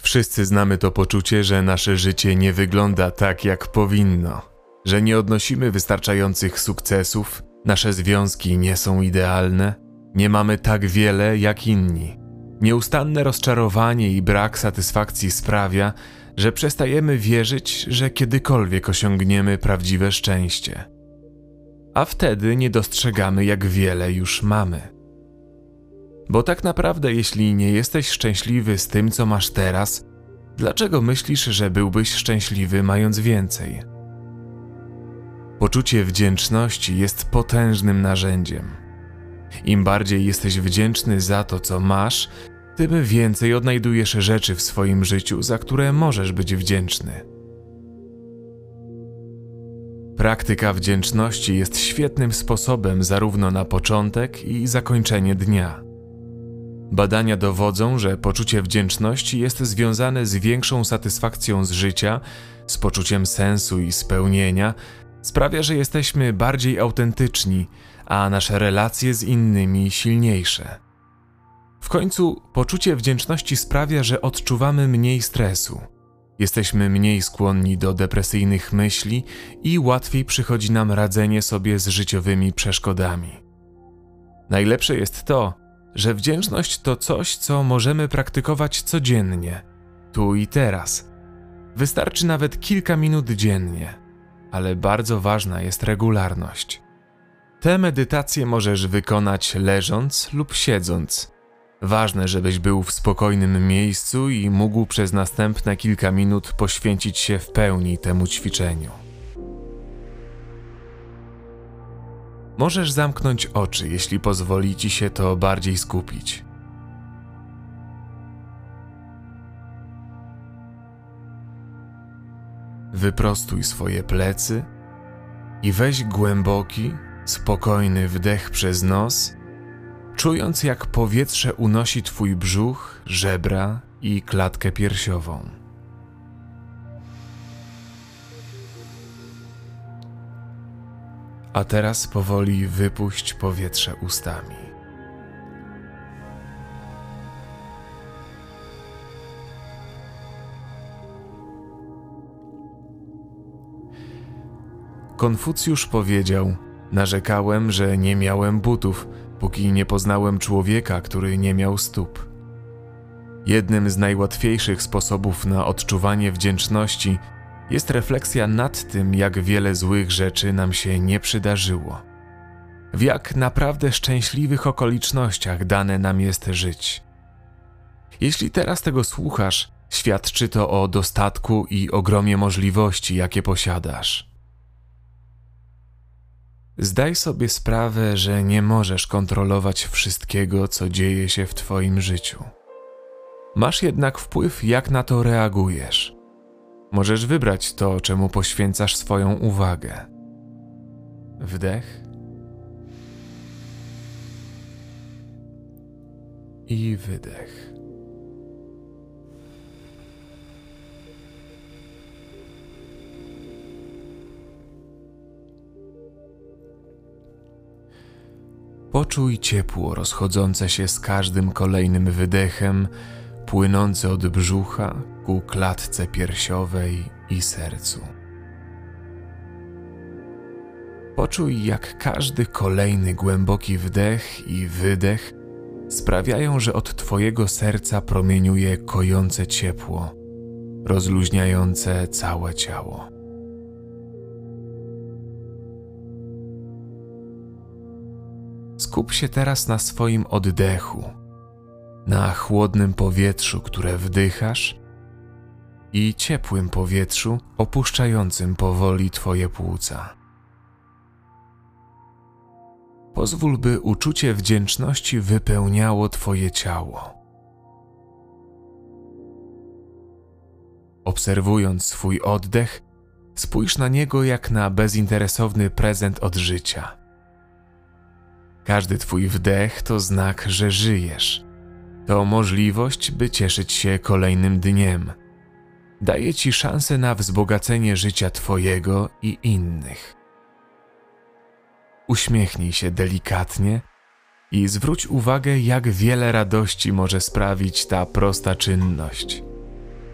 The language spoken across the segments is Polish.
Wszyscy znamy to poczucie, że nasze życie nie wygląda tak, jak powinno, że nie odnosimy wystarczających sukcesów, nasze związki nie są idealne, nie mamy tak wiele jak inni. Nieustanne rozczarowanie i brak satysfakcji sprawia, że przestajemy wierzyć, że kiedykolwiek osiągniemy prawdziwe szczęście. A wtedy nie dostrzegamy, jak wiele już mamy. Bo tak naprawdę, jeśli nie jesteś szczęśliwy z tym, co masz teraz, dlaczego myślisz, że byłbyś szczęśliwy, mając więcej? Poczucie wdzięczności jest potężnym narzędziem. Im bardziej jesteś wdzięczny za to, co masz, tym więcej odnajdujesz rzeczy w swoim życiu, za które możesz być wdzięczny. Praktyka wdzięczności jest świetnym sposobem zarówno na początek i zakończenie dnia. Badania dowodzą, że poczucie wdzięczności jest związane z większą satysfakcją z życia, z poczuciem sensu i spełnienia, sprawia, że jesteśmy bardziej autentyczni, a nasze relacje z innymi silniejsze. W końcu poczucie wdzięczności sprawia, że odczuwamy mniej stresu. Jesteśmy mniej skłonni do depresyjnych myśli i łatwiej przychodzi nam radzenie sobie z życiowymi przeszkodami. Najlepsze jest to, że wdzięczność to coś, co możemy praktykować codziennie, tu i teraz. Wystarczy nawet kilka minut dziennie, ale bardzo ważna jest regularność. Te medytacje możesz wykonać leżąc lub siedząc. Ważne, żebyś był w spokojnym miejscu i mógł przez następne kilka minut poświęcić się w pełni temu ćwiczeniu. Możesz zamknąć oczy, jeśli pozwoli ci się to bardziej skupić. Wyprostuj swoje plecy i weź głęboki, spokojny wdech przez nos, czując, jak powietrze unosi twój brzuch, żebra i klatkę piersiową. A teraz powoli wypuść powietrze ustami. Konfucjusz powiedział: narzekałem, że nie miałem butów, póki nie poznałem człowieka, który nie miał stóp. Jednym z najłatwiejszych sposobów na odczuwanie wdzięczności jest refleksja nad tym, jak wiele złych rzeczy nam się nie przydarzyło. W jak naprawdę szczęśliwych okolicznościach dane nam jest żyć. Jeśli teraz tego słuchasz, świadczy to o dostatku i ogromie możliwości, jakie posiadasz. Zdaj sobie sprawę, że nie możesz kontrolować wszystkiego, co dzieje się w twoim życiu. Masz jednak wpływ, jak na to reagujesz. Możesz wybrać to, czemu poświęcasz swoją uwagę. Wdech i wydech. Poczuj ciepło rozchodzące się z każdym kolejnym wydechem, płynące od brzucha ku klatce piersiowej i sercu. Poczuj, jak każdy kolejny głęboki wdech i wydech sprawiają, że od twojego serca promieniuje kojące ciepło, rozluźniające całe ciało. Skup się teraz na swoim oddechu, na chłodnym powietrzu, które wdychasz, i ciepłym powietrzu opuszczającym powoli twoje płuca. Pozwól, by uczucie wdzięczności wypełniało twoje ciało. Obserwując swój oddech, spójrz na niego jak na bezinteresowny prezent od życia. Każdy twój wdech to znak, że żyjesz. To możliwość, by cieszyć się kolejnym dniem. Daje ci szansę na wzbogacenie życia twojego i innych. Uśmiechnij się delikatnie i zwróć uwagę, jak wiele radości może sprawić ta prosta czynność.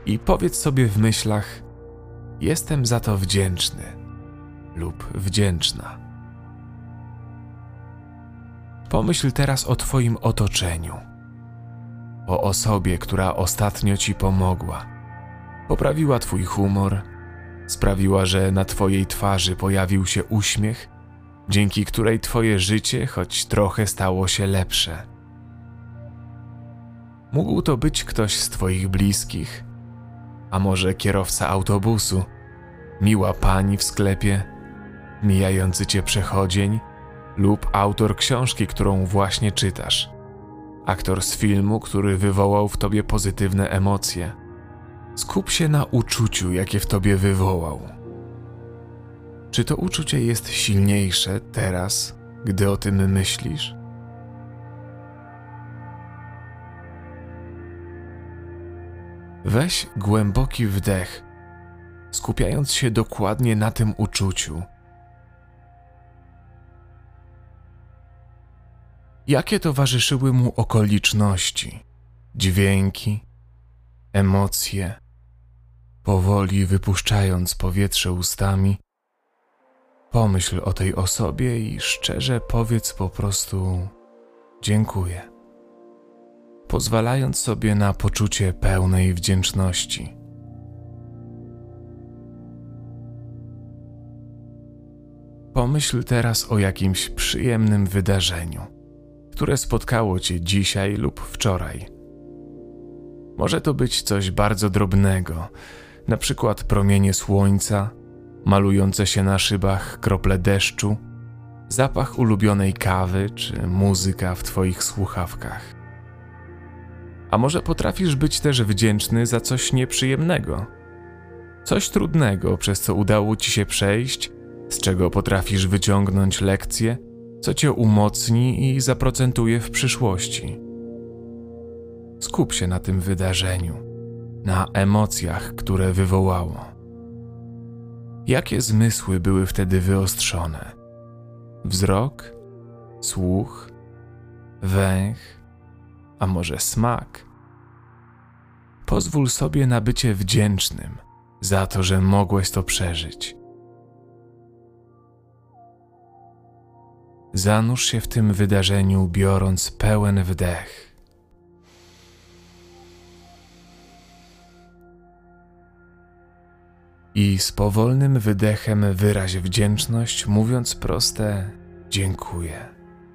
i powiedz sobie w myślach: jestem za to wdzięczny lub wdzięczna. Pomyśl teraz o Twoim otoczeniu, o osobie, która ostatnio Ci pomogła, poprawiła Twój humor, sprawiła, że na Twojej twarzy pojawił się uśmiech, dzięki której Twoje życie choć trochę stało się lepsze. Mógł to być ktoś z Twoich bliskich, a może kierowca autobusu, miła pani w sklepie, mijający Cię przechodzień lub autor książki, którą właśnie czytasz, aktor z filmu, który wywołał w Tobie pozytywne emocje. Skup się na uczuciu, jakie w Tobie wywołał. Czy to uczucie jest silniejsze teraz, gdy o tym myślisz? Weź głęboki wdech, skupiając się dokładnie na tym uczuciu. Jakie towarzyszyły mu okoliczności, dźwięki, emocje? Powoli wypuszczając powietrze ustami, pomyśl o tej osobie i szczerze powiedz po prostu dziękuję, pozwalając sobie na poczucie pełnej wdzięczności. Pomyśl teraz o jakimś przyjemnym wydarzeniu, które spotkało Cię dzisiaj lub wczoraj. Może to być coś bardzo drobnego, na przykład promienie słońca, malujące się na szybach krople deszczu, zapach ulubionej kawy czy muzyka w Twoich słuchawkach. A może potrafisz być też wdzięczny za coś nieprzyjemnego, coś trudnego, przez co udało Ci się przejść, z czego potrafisz wyciągnąć lekcję, co Cię umocni i zaprocentuje w przyszłości. Skup się na tym wydarzeniu, na emocjach, które wywołało. Jakie zmysły były wtedy wyostrzone? Wzrok, słuch, węch, a może smak? Pozwól sobie na bycie wdzięcznym za to, że mogłeś to przeżyć. Zanurz się w tym wydarzeniu, biorąc pełen wdech. I z powolnym wydechem wyraź wdzięczność, mówiąc proste dziękuję.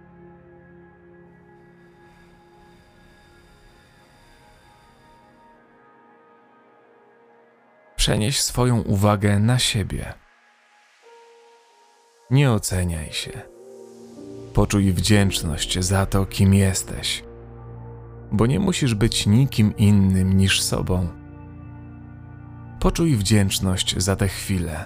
Przenieś swoją uwagę na siebie. Nie oceniaj się. Poczuj wdzięczność za to, kim jesteś, bo nie musisz być nikim innym niż sobą. Poczuj wdzięczność za tę chwilę.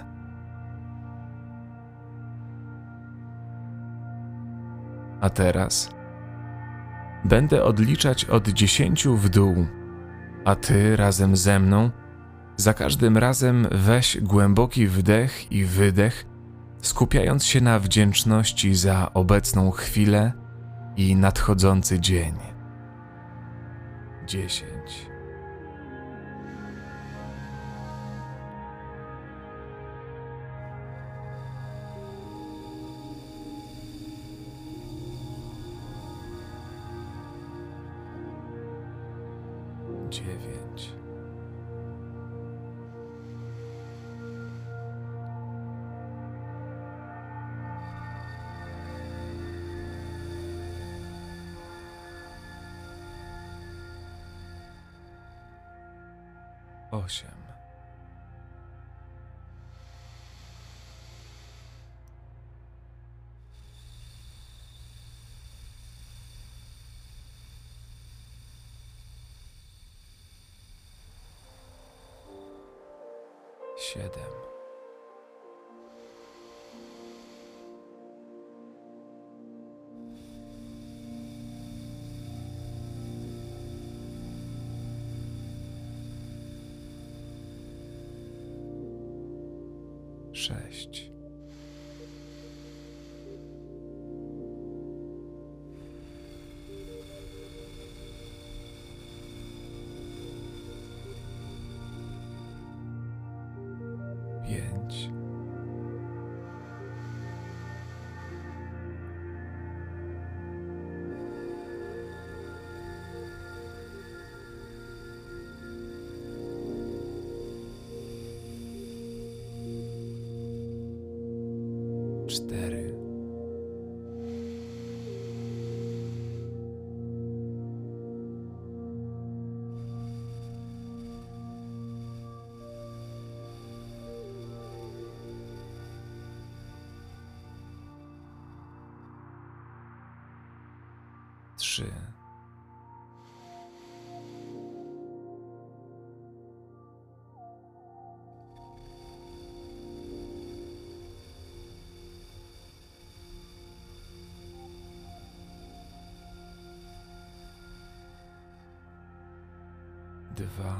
A teraz będę odliczać od 10 w dół, a Ty razem ze mną za każdym razem weź głęboki wdech i wydech, skupiając się na wdzięczności za obecną chwilę i nadchodzący dzień. 10. 9. 8. 7. 6. 5. 5. 4. 3. 2.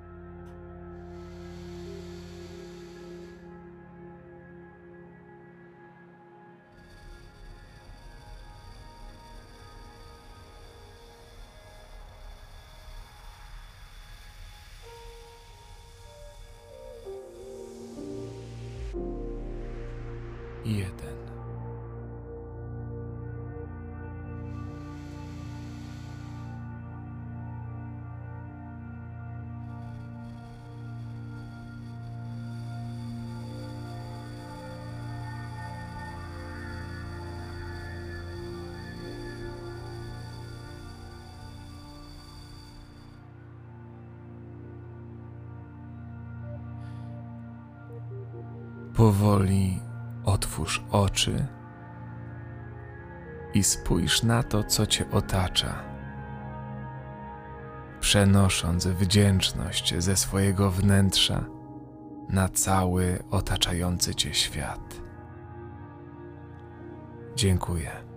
1. Powoli otwórz oczy i spójrz na to, co cię otacza, przenosząc wdzięczność ze swojego wnętrza na cały otaczający cię świat. Dziękuję.